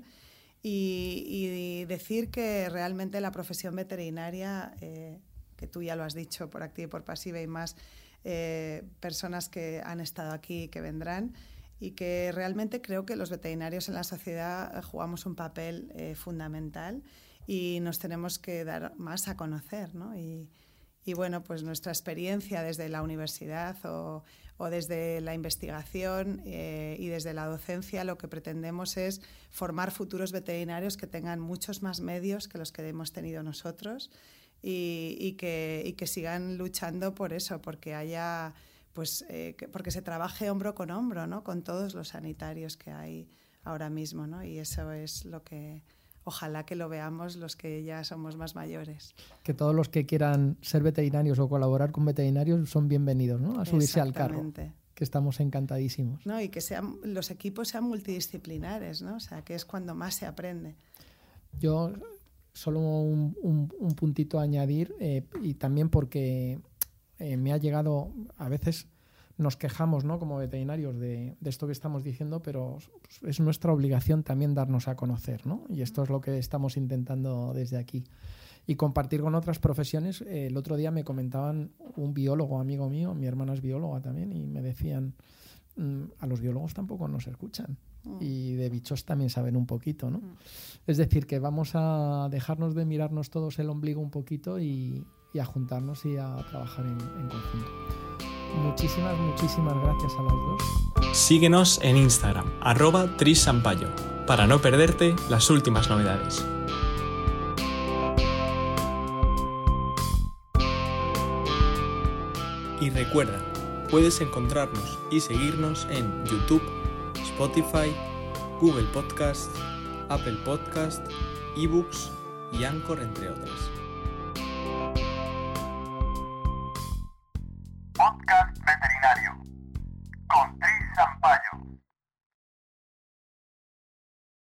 y decir que realmente la profesión veterinaria, que tú ya lo has dicho por activa y por pasiva y más personas que han estado aquí y que vendrán, y que realmente creo que los veterinarios en la sociedad jugamos un papel fundamental y nos tenemos que dar más a conocer, ¿no? Y bueno, pues nuestra experiencia desde la universidad o desde la investigación y desde la docencia, lo que pretendemos es formar futuros veterinarios que tengan muchos más medios que los que hemos tenido nosotros y que sigan luchando por eso, porque haya... porque se trabaje hombro con hombro, ¿no? Con todos los sanitarios que hay ahora mismo, ¿no? Y eso es lo que ojalá que lo veamos los que ya somos más mayores. Que todos los que quieran ser veterinarios o colaborar con veterinarios son bienvenidos, ¿no? A subirse al carro, que estamos encantadísimos. No, y que los equipos sean multidisciplinares, ¿no? O sea, que es cuando más se aprende. Yo solo un puntito a añadir, y también porque me ha llegado, a veces nos quejamos, ¿no? Como veterinarios de esto que estamos diciendo, pero es nuestra obligación también darnos a conocer, ¿no? Y esto es lo que estamos intentando desde aquí. Y compartir con otras profesiones. El otro día me comentaban un biólogo amigo mío, mi hermana es bióloga también, y me decían, a los biólogos tampoco nos escuchan. Y de bichos también saben un poquito, ¿no? Es decir, que vamos a dejarnos de mirarnos todos el ombligo un poquito y a juntarnos y a trabajar en conjunto. Muchísimas gracias a los dos. Síguenos en Instagram, @trissampayo, para no perderte las últimas novedades. Y recuerda, puedes encontrarnos y seguirnos en YouTube, Spotify, Google Podcast, Apple Podcast, eBooks y Anchor, entre otras.